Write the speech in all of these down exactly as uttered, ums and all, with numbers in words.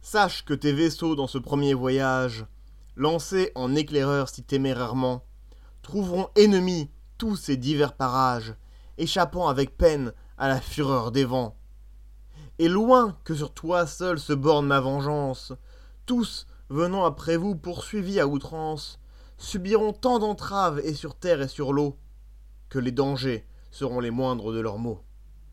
Sache que tes vaisseaux dans ce premier voyage, lancés en éclaireurs si témérairement, trouveront ennemis tous ces divers parages, échappant avec peine à la fureur des vents. Et loin que sur toi seul se borne ma vengeance, tous, venant après vous poursuivis à outrance, subiront tant d'entraves et sur terre et sur l'eau, que les dangers seront les moindres de leurs maux.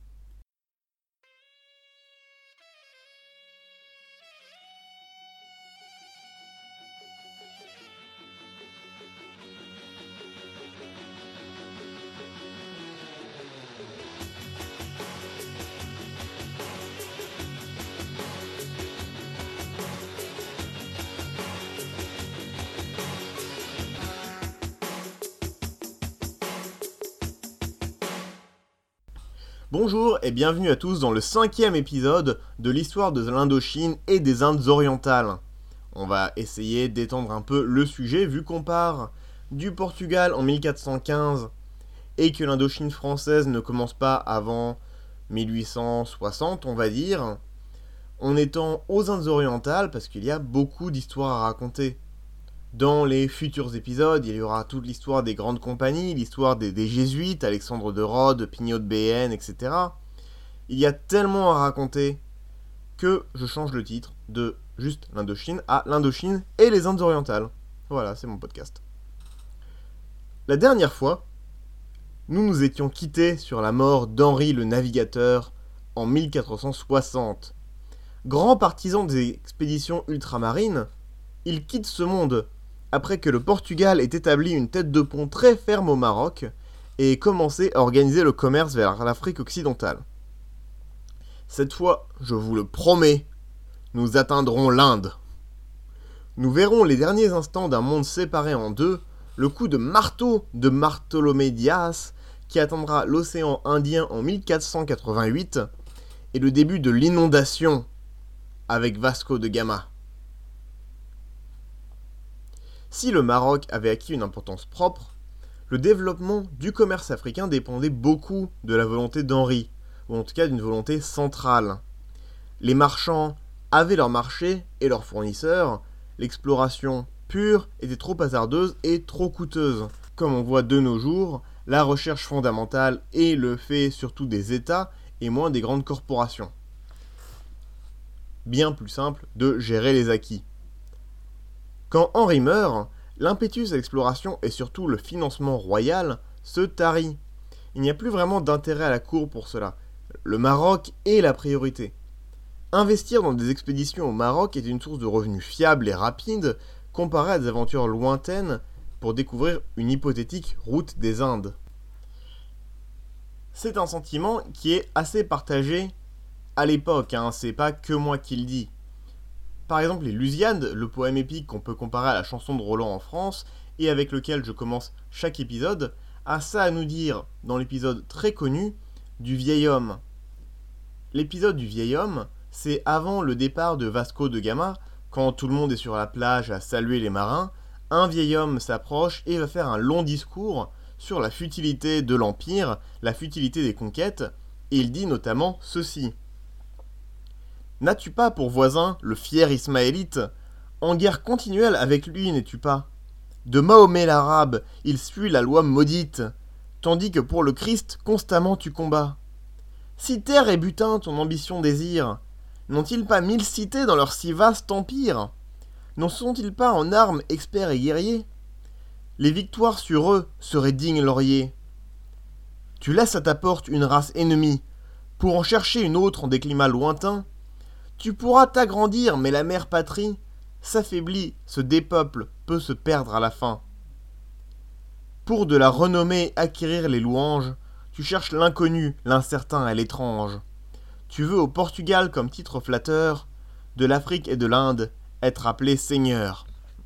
Bonjour et bienvenue à tous dans le cinquième épisode de l'histoire de l'Indochine et des Indes orientales. On va essayer d'étendre un peu le sujet vu qu'on part du Portugal en mille quatre cent quinze et que l'Indochine française ne commence pas avant mille huit cent soixante, on va dire, en étant aux Indes orientales parce qu'il y a beaucoup d'histoires à raconter. Dans les futurs épisodes, il y aura toute l'histoire des grandes compagnies, l'histoire des, des jésuites, Alexandre de Rhodes, Pignot de Béhène, et cetera. Il y a tellement à raconter que je change le titre de juste l'Indochine à l'Indochine et les Indes orientales. Voilà, c'est mon podcast. La dernière fois, nous nous étions quittés sur la mort d'Henri le Navigateur en mille quatre cent soixante. Grand partisan des expéditions ultramarines, il quitte ce monde après que le Portugal ait établi une tête de pont très ferme au Maroc et commencé à organiser le commerce vers l'Afrique occidentale. Cette fois, je vous le promets, nous atteindrons l'Inde. Nous verrons les derniers instants d'un monde séparé en deux, le coup de marteau de Bartolomé Dias qui atteindra l'océan Indien en mille quatre cent quatre-vingt-huit et le début de l'inondation avec Vasco de Gama. Si le Maroc avait acquis une importance propre, le développement du commerce africain dépendait beaucoup de la volonté d'Henri, ou en tout cas d'une volonté centrale. Les marchands avaient leur marché et leurs fournisseurs, l'exploration pure était trop hasardeuse et trop coûteuse. Comme on voit de nos jours, la recherche fondamentale est le fait surtout des États et moins des grandes corporations. Bien plus simple de gérer les acquis. Quand Henri meurt, l'impétus à l'exploration et surtout le financement royal se tarit. Il n'y a plus vraiment d'intérêt à la cour pour cela. Le Maroc est la priorité. Investir dans des expéditions au Maroc est une source de revenus fiable et rapide comparée à des aventures lointaines pour découvrir une hypothétique route des Indes. C'est un sentiment qui est assez partagé à l'époque, hein, c'est pas que moi qui le dis. Par exemple, les Lusiades, le poème épique qu'on peut comparer à la chanson de Roland en France, et avec lequel je commence chaque épisode, a ça à nous dire dans l'épisode très connu du vieil homme. L'épisode du vieil homme, c'est avant le départ de Vasco de Gama, quand tout le monde est sur la plage à saluer les marins, un vieil homme s'approche et va faire un long discours sur la futilité de l'Empire, la futilité des conquêtes, et il dit notamment ceci. N'as-tu pas pour voisin le fier Ismaélite? En guerre continuelle avec lui n'es-tu pas? De Mahomet l'arabe, il suit la loi maudite, tandis que pour le Christ constamment tu combats. Si terre et butin ton ambition désire, n'ont-ils pas mille cités dans leur si vaste empire? N'en sont-ils pas en armes experts et guerriers? Les victoires sur eux seraient dignes lauriers. Tu laisses à ta porte une race ennemie, pour en chercher une autre en des climats lointains. Tu pourras t'agrandir, mais la mère patrie s'affaiblit, se dépeuple, peut se perdre à la fin. Pour de la renommée acquérir les louanges, tu cherches l'inconnu, l'incertain et l'étrange. Tu veux au Portugal comme titre flatteur, de l'Afrique et de l'Inde, être appelé seigneur.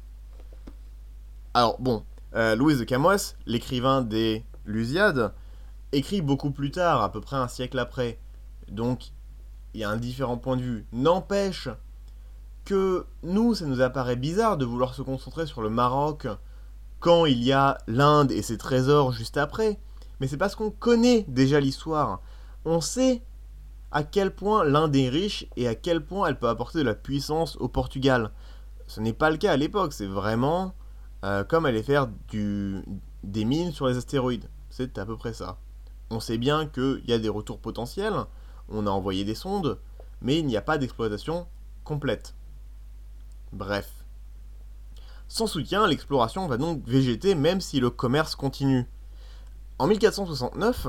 Alors bon, euh, Louis de Camões, l'écrivain des Lusiades, écrit beaucoup plus tard, à peu près un siècle après. Donc, il y a un différent point de vue. N'empêche que nous, ça nous apparaît bizarre de vouloir se concentrer sur le Maroc quand il y a l'Inde et ses trésors juste après. Mais c'est parce qu'on connaît déjà l'histoire. On sait à quel point l'Inde est riche et à quel point elle peut apporter de la puissance au Portugal. Ce n'est pas le cas à l'époque, c'est vraiment euh, comme aller faire du, des mines sur les astéroïdes. C'est à peu près ça. On sait bien qu'il y a des retours potentiels, on a envoyé des sondes, mais il n'y a pas d'exploitation complète. Bref. Sans soutien, l'exploration va donc végéter même si le commerce continue. En mille quatre cent soixante-neuf,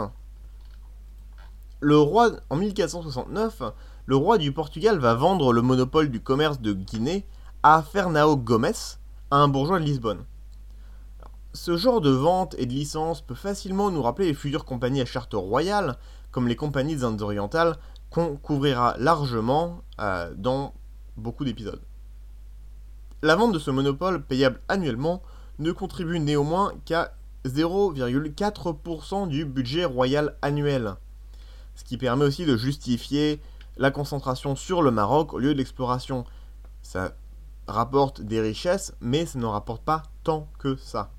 le roi, en mille quatre cent soixante-neuf, le roi du Portugal va vendre le monopole du commerce de Guinée à Fernão Gomes, un bourgeois de Lisbonne. Ce genre de vente et de licence peut facilement nous rappeler les futures compagnies à charte royale, comme les compagnies des Indes orientales, qu'on couvrira largement euh, dans beaucoup d'épisodes. La vente de ce monopole payable annuellement ne contribue néanmoins qu'à zéro virgule quatre pour cent du budget royal annuel, ce qui permet aussi de justifier la concentration sur le Maroc au lieu de l'exploration. Ça rapporte des richesses, mais ça ne rapporte pas tant que ça.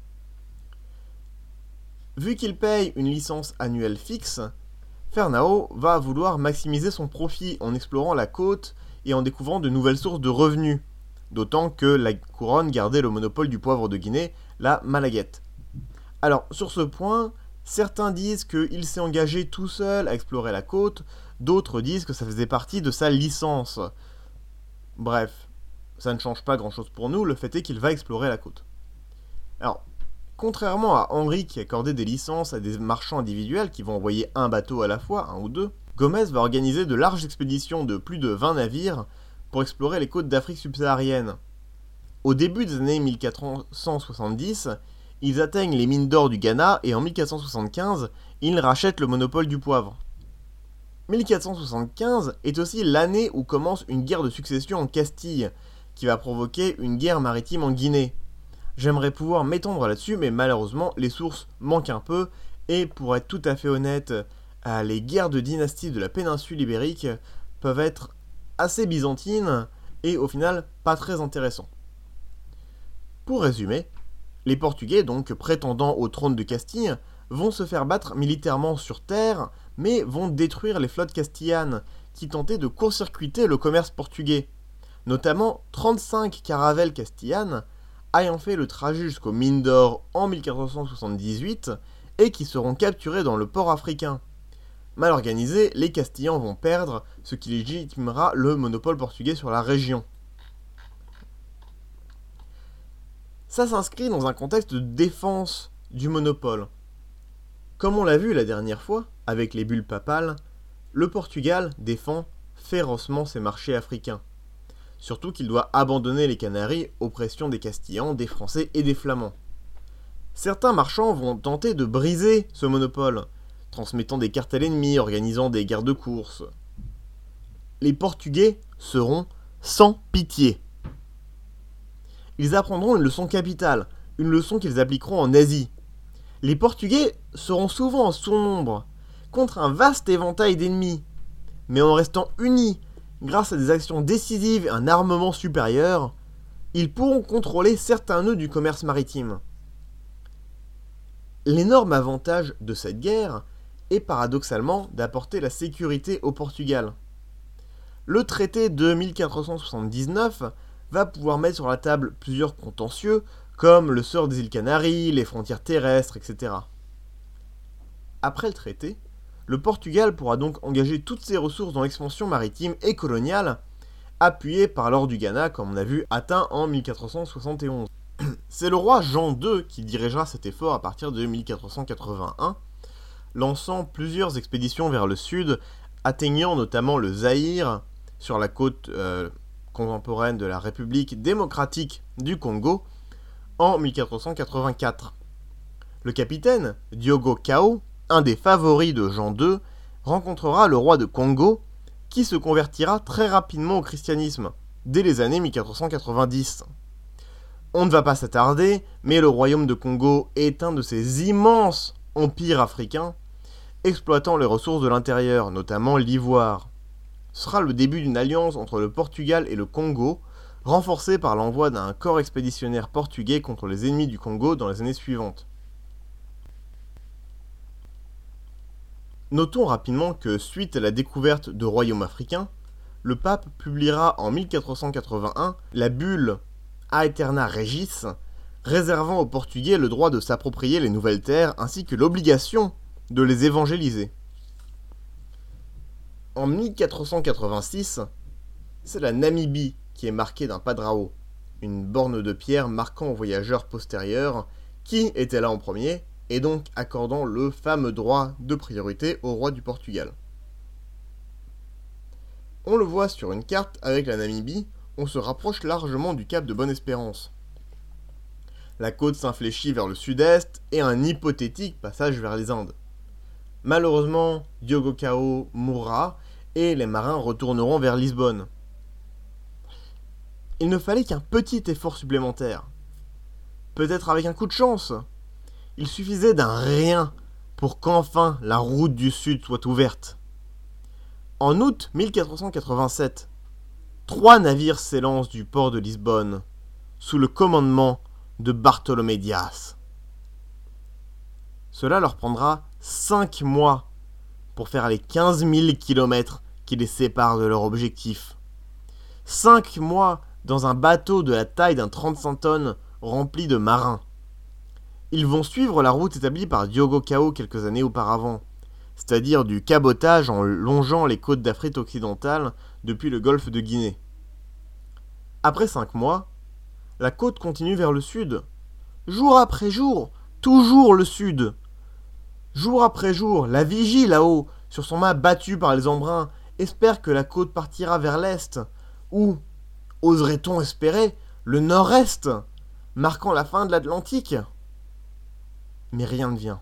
Vu qu'il paye une licence annuelle fixe, Fernão va vouloir maximiser son profit en explorant la côte et en découvrant de nouvelles sources de revenus, d'autant que la couronne gardait le monopole du poivre de Guinée, la Malaguette. Alors, sur ce point, certains disent qu'il s'est engagé tout seul à explorer la côte, d'autres disent que ça faisait partie de sa licence. Bref, ça ne change pas grand-chose pour nous, le fait est qu'il va explorer la côte. Alors, contrairement à Henri qui accordait des licences à des marchands individuels qui vont envoyer un bateau à la fois, un ou deux, Gomes va organiser de larges expéditions de plus de vingt navires pour explorer les côtes d'Afrique subsaharienne. Au début des années mille quatre cent soixante-dix, ils atteignent les mines d'or du Ghana et en mille quatre cent soixante-quinze, ils rachètent le monopole du poivre. mille quatre cent soixante-quinze est aussi l'année où commence une guerre de succession en Castille, qui va provoquer une guerre maritime en Guinée. J'aimerais pouvoir m'étendre là-dessus, mais malheureusement, les sources manquent un peu, et pour être tout à fait honnête, les guerres de dynastie de la péninsule ibérique peuvent être assez byzantines, et au final, pas très intéressants. Pour résumer, les Portugais, donc prétendant au trône de Castille, vont se faire battre militairement sur terre, mais vont détruire les flottes castillanes, qui tentaient de court-circuiter le commerce portugais. Notamment trente-cinq caravelles castillanes, ayant fait le trajet jusqu'aux mines d'or en mille quatre cent soixante-dix-huit, et qui seront capturés dans le port africain. Mal organisés, les Castillans vont perdre, ce qui légitimera le monopole portugais sur la région. Ça s'inscrit dans un contexte de défense du monopole. Comme on l'a vu la dernière fois, avec les bulles papales, le Portugal défend férocement ses marchés africains. Surtout qu'il doit abandonner les Canaries aux pressions des Castillans, des Français et des Flamands. Certains marchands vont tenter de briser ce monopole, transmettant des cartels ennemis, organisant des guerres de course. Les Portugais seront sans pitié. Ils apprendront une leçon capitale, une leçon qu'ils appliqueront en Asie. Les Portugais seront souvent en surnombre, contre un vaste éventail d'ennemis, mais en restant unis, grâce à des actions décisives et un armement supérieur, ils pourront contrôler certains nœuds du commerce maritime. L'énorme avantage de cette guerre est paradoxalement d'apporter la sécurité au Portugal. Le traité de mille quatre cent soixante-dix-neuf va pouvoir mettre sur la table plusieurs contentieux, comme le sort des îles Canaries, les frontières terrestres, et cetera. Après le traité, le Portugal pourra donc engager toutes ses ressources dans l'expansion maritime et coloniale, appuyée par l'or du Ghana, comme on a vu, atteint en mille quatre cent soixante et onze. C'est le roi Jean deux qui dirigera cet effort à partir de mille quatre cent quatre-vingt-un, lançant plusieurs expéditions vers le sud, atteignant notamment le Zaïre, sur la côte euh, contemporaine de la République démocratique du Congo, en mille quatre cent quatre-vingt-quatre. Le capitaine, Diogo Cao, un des favoris de Jean deux, rencontrera le roi de Congo, qui se convertira très rapidement au christianisme, dès les années mille quatre cent quatre-vingt-dix. On ne va pas s'attarder, mais le royaume de Congo est un de ces immenses empires africains, exploitant les ressources de l'intérieur, notamment l'ivoire. Ce sera le début d'une alliance entre le Portugal et le Congo, renforcée par l'envoi d'un corps expéditionnaire portugais contre les ennemis du Congo dans les années suivantes. Notons rapidement que suite à la découverte de royaumes africains, le pape publiera en mille quatre cent quatre-vingt-un la bulle Aeterna Regis, réservant aux Portugais le droit de s'approprier les nouvelles terres ainsi que l'obligation de les évangéliser. En mille quatre cent quatre-vingt-six, c'est la Namibie qui est marquée d'un padrao, une borne de pierre marquant aux voyageurs postérieurs qui était là en premier et donc accordant le fameux droit de priorité au roi du Portugal. On le voit sur une carte avec la Namibie, on se rapproche largement du cap de Bonne-Espérance. La côte s'infléchit vers le sud-est et un hypothétique passage vers les Indes. Malheureusement, Diogo Cao mourra et les marins retourneront vers Lisbonne. Il ne fallait qu'un petit effort supplémentaire. Peut-être avec un coup de chance. Il suffisait d'un rien pour qu'enfin la route du Sud soit ouverte. En août mille quatre cent quatre-vingt-sept, trois navires s'élancent du port de Lisbonne, sous le commandement de Bartolomé Dias. Cela leur prendra cinq mois pour faire les quinze mille kilomètres qui les séparent de leur objectif. cinq mois dans un bateau de la taille d'un trente-cinq tonnes rempli de marins. Ils vont suivre la route établie par Diogo Cao quelques années auparavant, c'est-à-dire du cabotage en longeant les côtes d'Afrique occidentale depuis le golfe de Guinée. Après cinq mois, la côte continue vers le sud. Jour après jour, toujours le sud. Jour après jour, la vigie là-haut, sur son mât battu par les embruns, espère que la côte partira vers l'est, ou, oserait-on espérer, le nord-est, marquant la fin de l'Atlantique. Mais rien ne vient.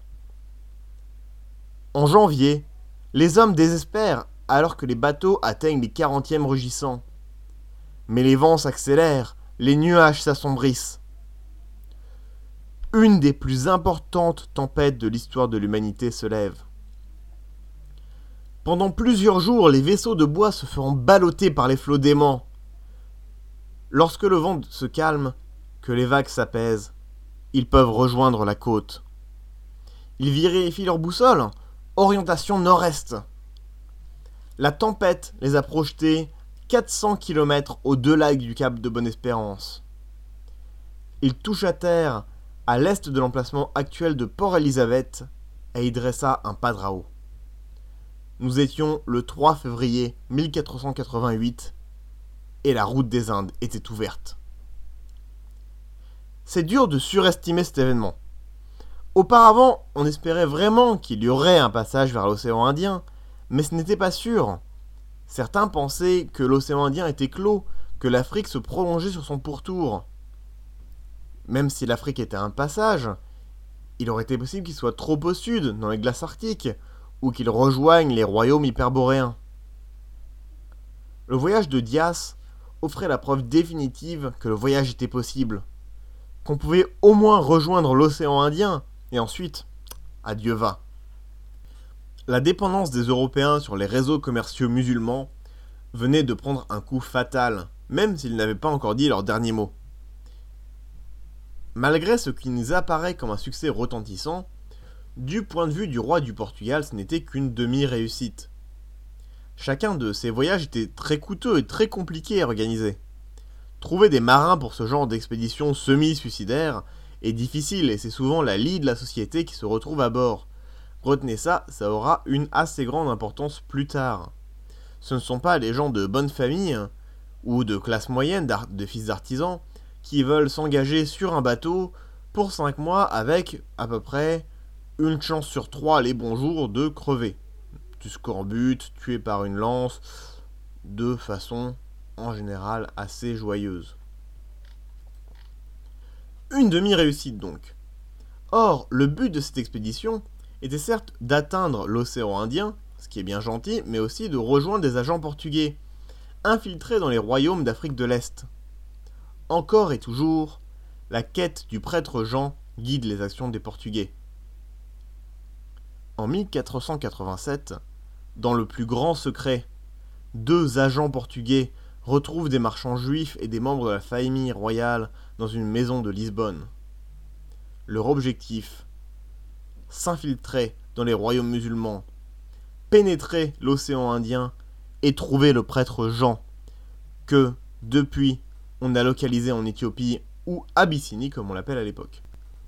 En janvier, les hommes désespèrent alors que les bateaux atteignent les quarantièmes rugissants. Mais les vents s'accélèrent, les nuages s'assombrissent. Une des plus importantes tempêtes de l'histoire de l'humanité se lève. Pendant plusieurs jours, les vaisseaux de bois se feront balloter par les flots d'aimants. Lorsque le vent se calme, que les vagues s'apaisent, ils peuvent rejoindre la côte. Ils vérifient leur boussole, orientation nord-est. La tempête les a projetés quatre cents kilomètres au-delà du cap de Bonne-Espérance. Ils touchent à terre à l'est de l'emplacement actuel de Port Elizabeth et y dressa un padrao. Nous étions le trois février mille quatre cent quatre-vingt-huit et la route des Indes était ouverte. C'est dur de surestimer cet événement. Auparavant, on espérait vraiment qu'il y aurait un passage vers l'océan Indien, mais ce n'était pas sûr. Certains pensaient que l'océan Indien était clos, que l'Afrique se prolongeait sur son pourtour. Même si l'Afrique était un passage, il aurait été possible qu'il soit trop au sud, dans les glaces arctiques, ou qu'il rejoigne les royaumes hyperboréens. Le voyage de Dias offrait la preuve définitive que le voyage était possible, qu'on pouvait au moins rejoindre l'océan Indien, et ensuite, adieu va. La dépendance des Européens sur les réseaux commerciaux musulmans venait de prendre un coup fatal, même s'ils n'avaient pas encore dit leur dernier mot. Malgré ce qui nous apparaît comme un succès retentissant, du point de vue du roi du Portugal, ce n'était qu'une demi-réussite. Chacun de ces voyages était très coûteux et très compliqué à organiser. Trouver des marins pour ce genre d'expédition semi-suicidaire est difficile et c'est souvent la lie de la société qui se retrouve à bord. Retenez ça, ça aura une assez grande importance plus tard. Ce ne sont pas les gens de bonne famille ou de classe moyenne, de fils d'artisans, qui veulent s'engager sur un bateau pour cinq mois avec à peu près une chance sur trois les bons jours de crever. Du scorbut, tué par une lance, de façon en général assez joyeuse. Une demi-réussite donc. Or, le but de cette expédition était certes d'atteindre l'océan Indien, ce qui est bien gentil, mais aussi de rejoindre des agents portugais, infiltrés dans les royaumes d'Afrique de l'Est. Encore et toujours, la quête du prêtre Jean guide les actions des Portugais. En mille quatre cent quatre-vingt-sept, dans le plus grand secret, deux agents portugais retrouvent des marchands juifs et des membres de la famille royale dans une maison de Lisbonne. Leur objectif, s'infiltrer dans les royaumes musulmans, pénétrer l'océan Indien et trouver le prêtre Jean, que, depuis, on a localisé en Éthiopie ou Abyssinie comme on l'appelle à l'époque.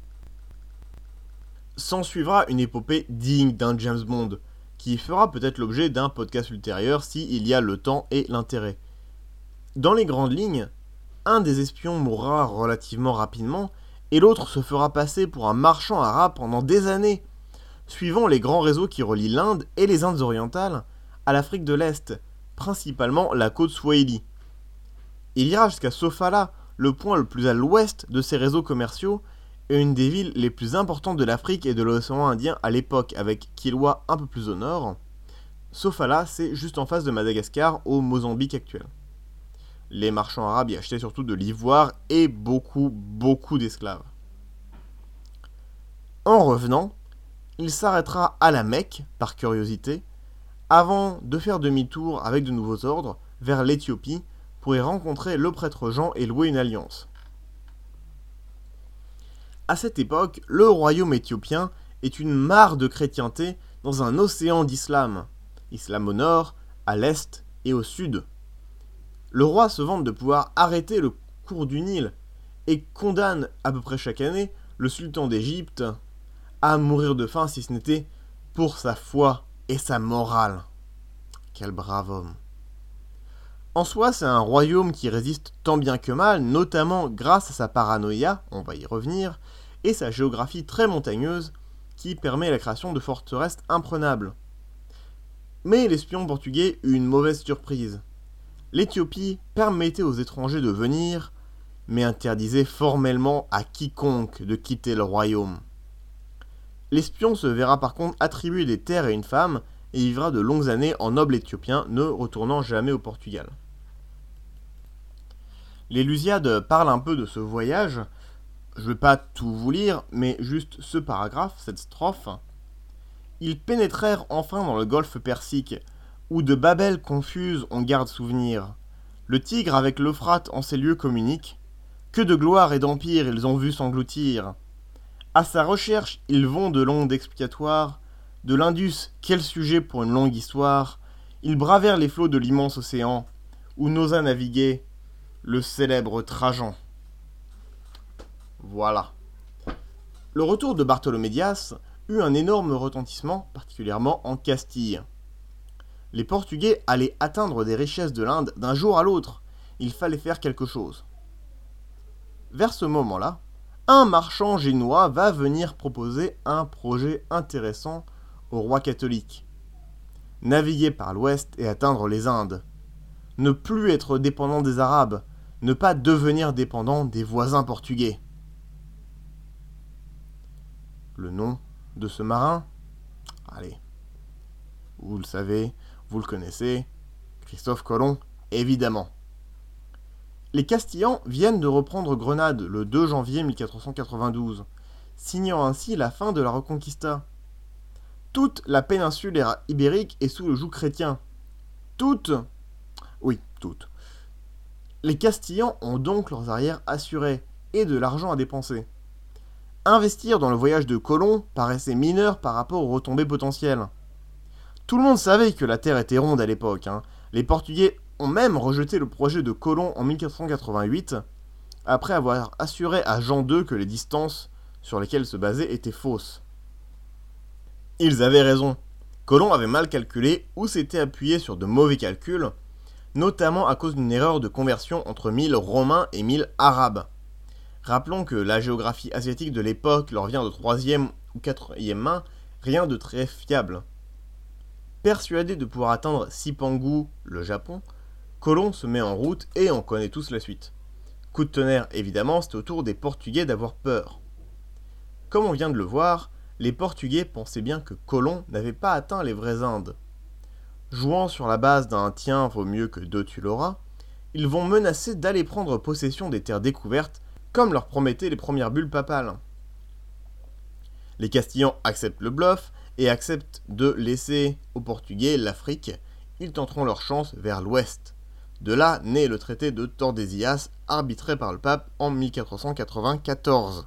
S'ensuivra une épopée digne d'un James Bond, qui fera peut-être l'objet d'un podcast ultérieur s'il y a le temps et l'intérêt. Dans les grandes lignes, un des espions mourra relativement rapidement et l'autre se fera passer pour un marchand arabe pendant des années, suivant les grands réseaux qui relient l'Inde et les Indes orientales à l'Afrique de l'Est, principalement la côte Swahili. Il ira jusqu'à Sofala, le point le plus à l'ouest de ces réseaux commerciaux, et une des villes les plus importantes de l'Afrique et de l'océan Indien à l'époque, avec Kilwa un peu plus au nord. Sofala, c'est juste en face de Madagascar, au Mozambique actuel. Les marchands arabes y achetaient surtout de l'ivoire et beaucoup, beaucoup d'esclaves. En revenant, il s'arrêtera à la Mecque, par curiosité, avant de faire demi-tour avec de nouveaux ordres vers l'Éthiopie pour y rencontrer le prêtre Jean et louer une alliance. À cette époque, le royaume éthiopien est une mare de chrétienté dans un océan d'islam, islam au nord, à l'est et au sud. Le roi se vante de pouvoir arrêter le cours du Nil et condamne à peu près chaque année le sultan d'Égypte à mourir de faim si ce n'était pour sa foi et sa morale. Quel brave homme. En soi, c'est un royaume qui résiste tant bien que mal, notamment grâce à sa paranoïa, on va y revenir, et sa géographie très montagneuse qui permet la création de forteresses imprenables. Mais l'espion portugais eut une mauvaise surprise. L'Éthiopie permettait aux étrangers de venir, mais interdisait formellement à quiconque de quitter le royaume. L'espion se verra par contre attribuer des terres et une femme, et vivra de longues années en noble éthiopien, ne retournant jamais au Portugal. Les Lusiades parlent un peu de ce voyage. Je ne vais pas tout vous lire, mais juste ce paragraphe, cette strophe. Ils pénétrèrent enfin dans le golfe Persique, où de Babel confuse on garde souvenir. Le Tigre avec l'Euphrate en ces lieux communique. Que de gloire et d'empire ils ont vu s'engloutir. À sa recherche, ils vont de l'onde expiatoire. De l'Indus, quel sujet pour une longue histoire. Ils bravèrent les flots de l'immense océan, où n'osa naviguer le célèbre Trajan. Voilà. Le retour de Bartholomé Dias eut un énorme retentissement, particulièrement en Castille. Les Portugais allaient atteindre des richesses de l'Inde d'un jour à l'autre. Il fallait faire quelque chose. Vers ce moment-là, un marchand génois va venir proposer un projet intéressant au roi catholique. Naviguer par l'ouest et atteindre les Indes. Ne plus être dépendant des Arabes, ne pas devenir dépendant des voisins portugais. Le nom de ce marin ? Allez, vous le savez, vous le connaissez, Christophe Colomb, évidemment. Les Castillans viennent de reprendre Grenade le deux janvier mille quatre cent quatre-vingt-douze, signant ainsi la fin de la Reconquista. Toute la péninsule ibérique est sous le joug chrétien. Toute ? Oui, toute. Les Castillans ont donc leurs arrières assurés et de l'argent à dépenser. Investir dans le voyage de Colomb paraissait mineur par rapport aux retombées potentielles. Tout le monde savait que la Terre était ronde à l'époque. Hein. Les Portugais ont même rejeté le projet de Colomb en mille quatre cent quatre-vingt-huit, après avoir assuré à Jean deux que les distances sur lesquelles se basait étaient fausses. Ils avaient raison. Colomb avait mal calculé ou s'était appuyé sur de mauvais calculs, notamment à cause d'une erreur de conversion entre mille romains et mille arabes. Rappelons que la géographie asiatique de l'époque leur vient de troisième ou quatrième main, rien de très fiable. Persuadé de pouvoir atteindre Cipangu, le Japon, Colomb se met en route et on connaît tous la suite. Coup de tonnerre, évidemment, c'est au tour des Portugais d'avoir peur. Comme on vient de le voir, les Portugais pensaient bien que Colomb n'avait pas atteint les vraies Indes. Jouant sur la base d'un tien vaut mieux que deux tu l'auras, ils vont menacer d'aller prendre possession des terres découvertes comme leur promettaient les premières bulles papales. Les Castillans acceptent le bluff et acceptent de laisser aux Portugais l'Afrique. Ils tenteront leur chance vers l'ouest. De là naît le traité de Tordesillas, arbitré par le pape en mille quatre cent quatre-vingt-quatorze.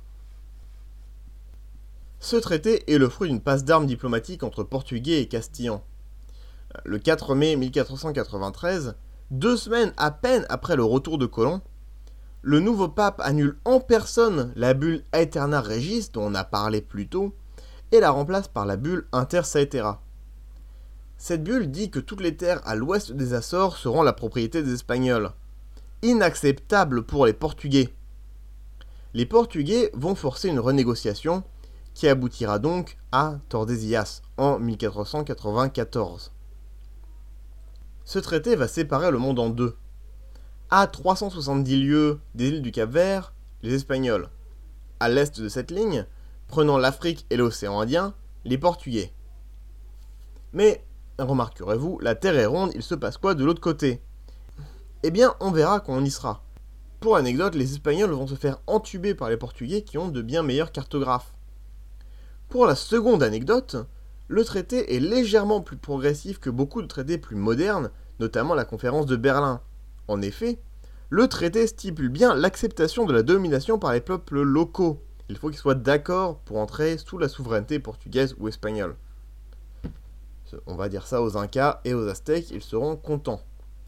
Ce traité est le fruit d'une passe d'armes diplomatique entre Portugais et Castillans. Le quatre mai mille quatre cent quatre-vingt-treize, deux semaines à peine après le retour de Colomb, le nouveau pape annule en personne la bulle Aeterna Regis dont on a parlé plus tôt et la remplace par la bulle Inter Caetera. Cette bulle dit que toutes les terres à l'ouest des Açores seront la propriété des Espagnols. Inacceptable pour les Portugais. Les Portugais vont forcer une renégociation qui aboutira donc à Tordesillas en mille quatre cent quatre-vingt-quatorze. Ce traité va séparer le monde en deux. À trois cent soixante-dix lieues des îles du Cap-Vert, les Espagnols. À l'est de cette ligne, prenant l'Afrique et l'océan Indien, les Portugais. Mais, remarquerez-vous, la Terre est ronde, il se passe quoi de l'autre côté? Eh bien, on verra quand on y sera. Pour anecdote, les Espagnols vont se faire entuber par les Portugais qui ont de bien meilleurs cartographes. Pour la seconde anecdote, le traité est légèrement plus progressif que beaucoup de traités plus modernes, notamment la conférence de Berlin. En effet, le traité stipule bien l'acceptation de la domination par les peuples locaux. Il faut qu'ils soient d'accord pour entrer sous la souveraineté portugaise ou espagnole. On va dire ça aux Incas et aux Aztèques, ils seront contents.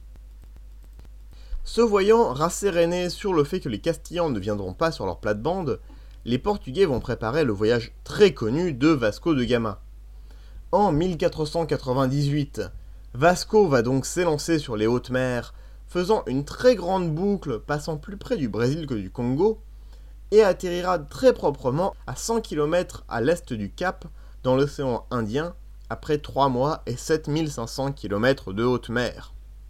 Se voyant rassérénés sur le fait que les Castillans ne viendront pas sur leur plate-bande, les Portugais vont préparer le voyage très connu de Vasco de Gama. En mille quatre cent quatre-vingt-dix-huit, Vasco va donc s'élancer sur les hautes mers, faisant une très grande boucle passant plus près du Brésil que du Congo, et atterrira très proprement à cent kilomètres à l'est du Cap, dans l'océan Indien, après trois mois et sept mille cinq cents kilomètres de haute mer.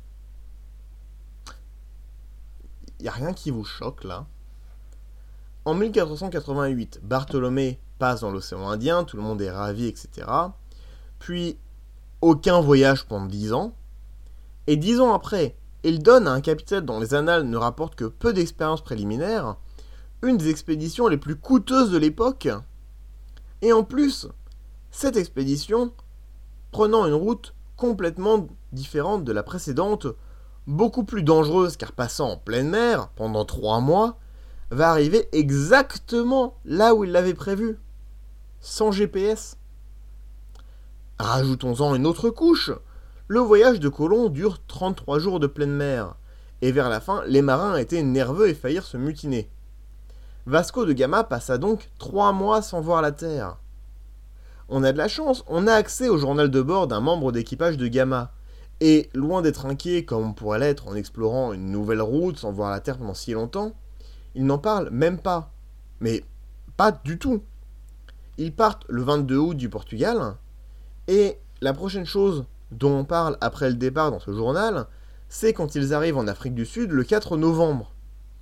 Y a rien qui vous choque là? En mille quatre cent quatre-vingt-huit, Bartholomé passe dans l'océan Indien, tout le monde est ravi, et cetera. Puis, aucun voyage pendant dix ans. Et dix ans après, il donne à un capitaine dont les annales ne rapportent que peu d'expérience préliminaire, une des expéditions les plus coûteuses de l'époque. Et en plus, cette expédition, prenant une route complètement différente de la précédente, beaucoup plus dangereuse car passant en pleine mer pendant trois mois, va arriver exactement là où il l'avait prévu, sans G P S. Rajoutons-en une autre couche, le voyage de Colomb dure trente-trois jours de pleine mer, et vers la fin, les marins étaient nerveux et faillirent se mutiner. Vasco de Gama passa donc trois mois sans voir la Terre. On a de la chance, on a accès au journal de bord d'un membre d'équipage de Gama, et loin d'être inquiet comme on pourrait l'être en explorant une nouvelle route sans voir la Terre pendant si longtemps, il n'en parle même pas. Mais pas du tout. Ils partent le vingt-deux août du Portugal, et la prochaine chose dont on parle après le départ dans ce journal, c'est quand ils arrivent en Afrique du Sud le quatre novembre.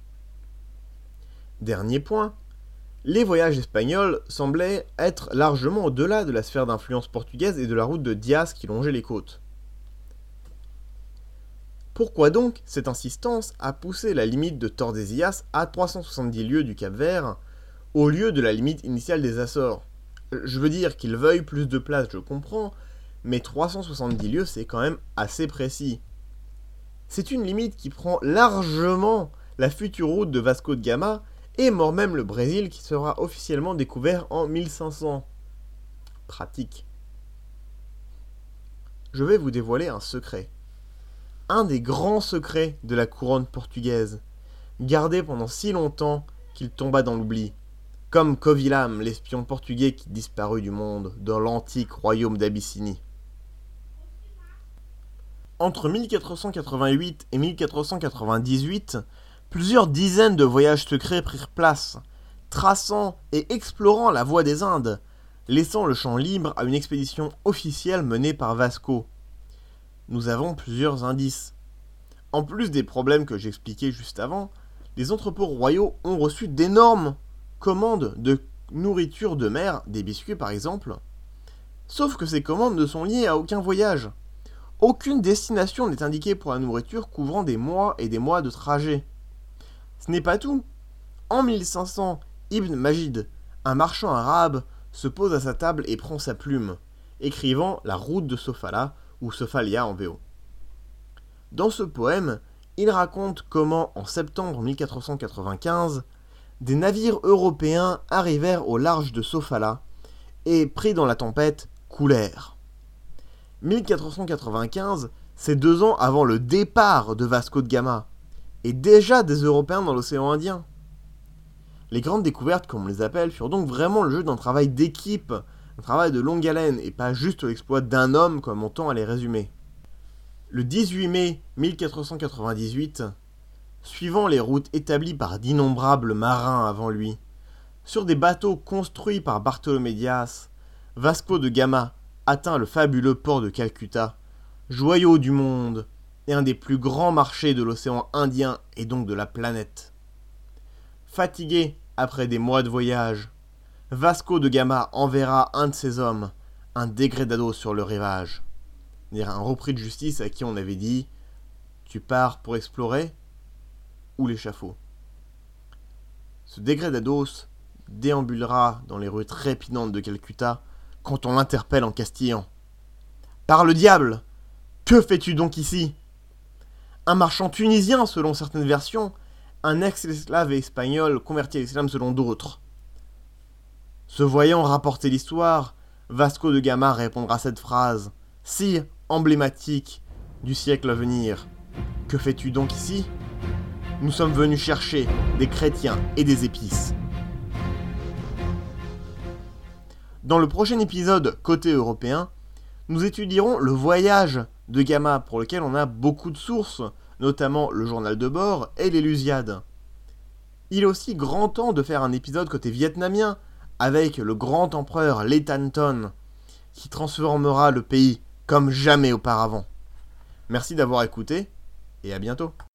Dernier point, les voyages espagnols semblaient être largement au-delà de la sphère d'influence portugaise et de la route de Diaz qui longeait les côtes. Pourquoi donc cette insistance à pousser la limite de Tordesillas à trois cent soixante-dix lieues du Cap-Vert, au lieu de la limite initiale des Açores? Je veux dire qu'ils veuillent plus de place, je comprends, mais trois cent soixante-dix lieues c'est quand même assez précis. C'est une limite qui prend largement la future route de Vasco de Gama et mord même le Brésil qui sera officiellement découvert en mille cinq cents. Pratique. Je vais vous dévoiler un secret. Un des grands secrets de la couronne portugaise, gardé pendant si longtemps qu'il tomba dans l'oubli, comme Covilham, l'espion portugais qui disparut du monde dans l'antique royaume d'Abyssinie. Entre mille quatre cent quatre-vingt-huit et mille quatre cent quatre-vingt-dix-huit, plusieurs dizaines de voyages secrets prirent place, traçant et explorant la voie des Indes, laissant le champ libre à une expédition officielle menée par Vasco. Nous avons plusieurs indices. En plus des problèmes que j'expliquais juste avant, les entrepôts royaux ont reçu d'énormes commandes de nourriture de mer, des biscuits par exemple. Sauf que ces commandes ne sont liées à aucun voyage. Aucune destination n'est indiquée pour la nourriture couvrant des mois et des mois de trajet. Ce n'est pas tout. En mille cinq cents, Ibn Majid, un marchand arabe, se pose à sa table et prend sa plume, écrivant la route de Sofala, ou Sofalia en V O. Dans ce poème, il raconte comment, en septembre mille quatre cent quatre-vingt-quinze, des navires européens arrivèrent au large de Sofala et, pris dans la tempête, coulèrent. mille quatre cent quatre-vingt-quinze, c'est deux ans avant le départ de Vasco de Gama, et déjà des Européens dans l'océan Indien. Les grandes découvertes, comme on les appelle, furent donc vraiment le jeu d'un travail d'équipe, un travail de longue haleine, et pas juste l'exploit d'un homme comme on tend à les résumer. Le dix-huit mai mille quatre cent quatre-vingt-dix-huit, suivant les routes établies par d'innombrables marins avant lui, sur des bateaux construits par Bartolomé Dias, Vasco de Gama atteint le fabuleux port de Calcutta, joyau du monde et un des plus grands marchés de l'océan Indien et donc de la planète. Fatigué après des mois de voyage, Vasco de Gama enverra un de ses hommes, un dégrédado sur le rivage, c'est-à-dire un repris de justice à qui on avait dit « Tu pars pour explorer ?» ou l'échafaud. Ce dégrédados déambulera dans les rues trépidantes de Calcutta quand on l'interpelle en castillan. « Par le diable, que fais-tu donc ici ?» Un marchand tunisien selon certaines versions, un ex-esclave espagnol converti à l'islam selon d'autres. Se voyant rapporter l'histoire, Vasco de Gama répondra cette phrase, si emblématique du siècle à venir. « Que fais-tu donc ici ? Nous sommes venus chercher des chrétiens et des épices. » Dans le prochain épisode côté européen, nous étudierons le voyage de Gama pour lequel on a beaucoup de sources, notamment le journal de bord et les Lusiades. Il est aussi grand temps de faire un épisode côté vietnamien avec le grand empereur Le Tan Ton qui transformera le pays comme jamais auparavant. Merci d'avoir écouté et à bientôt.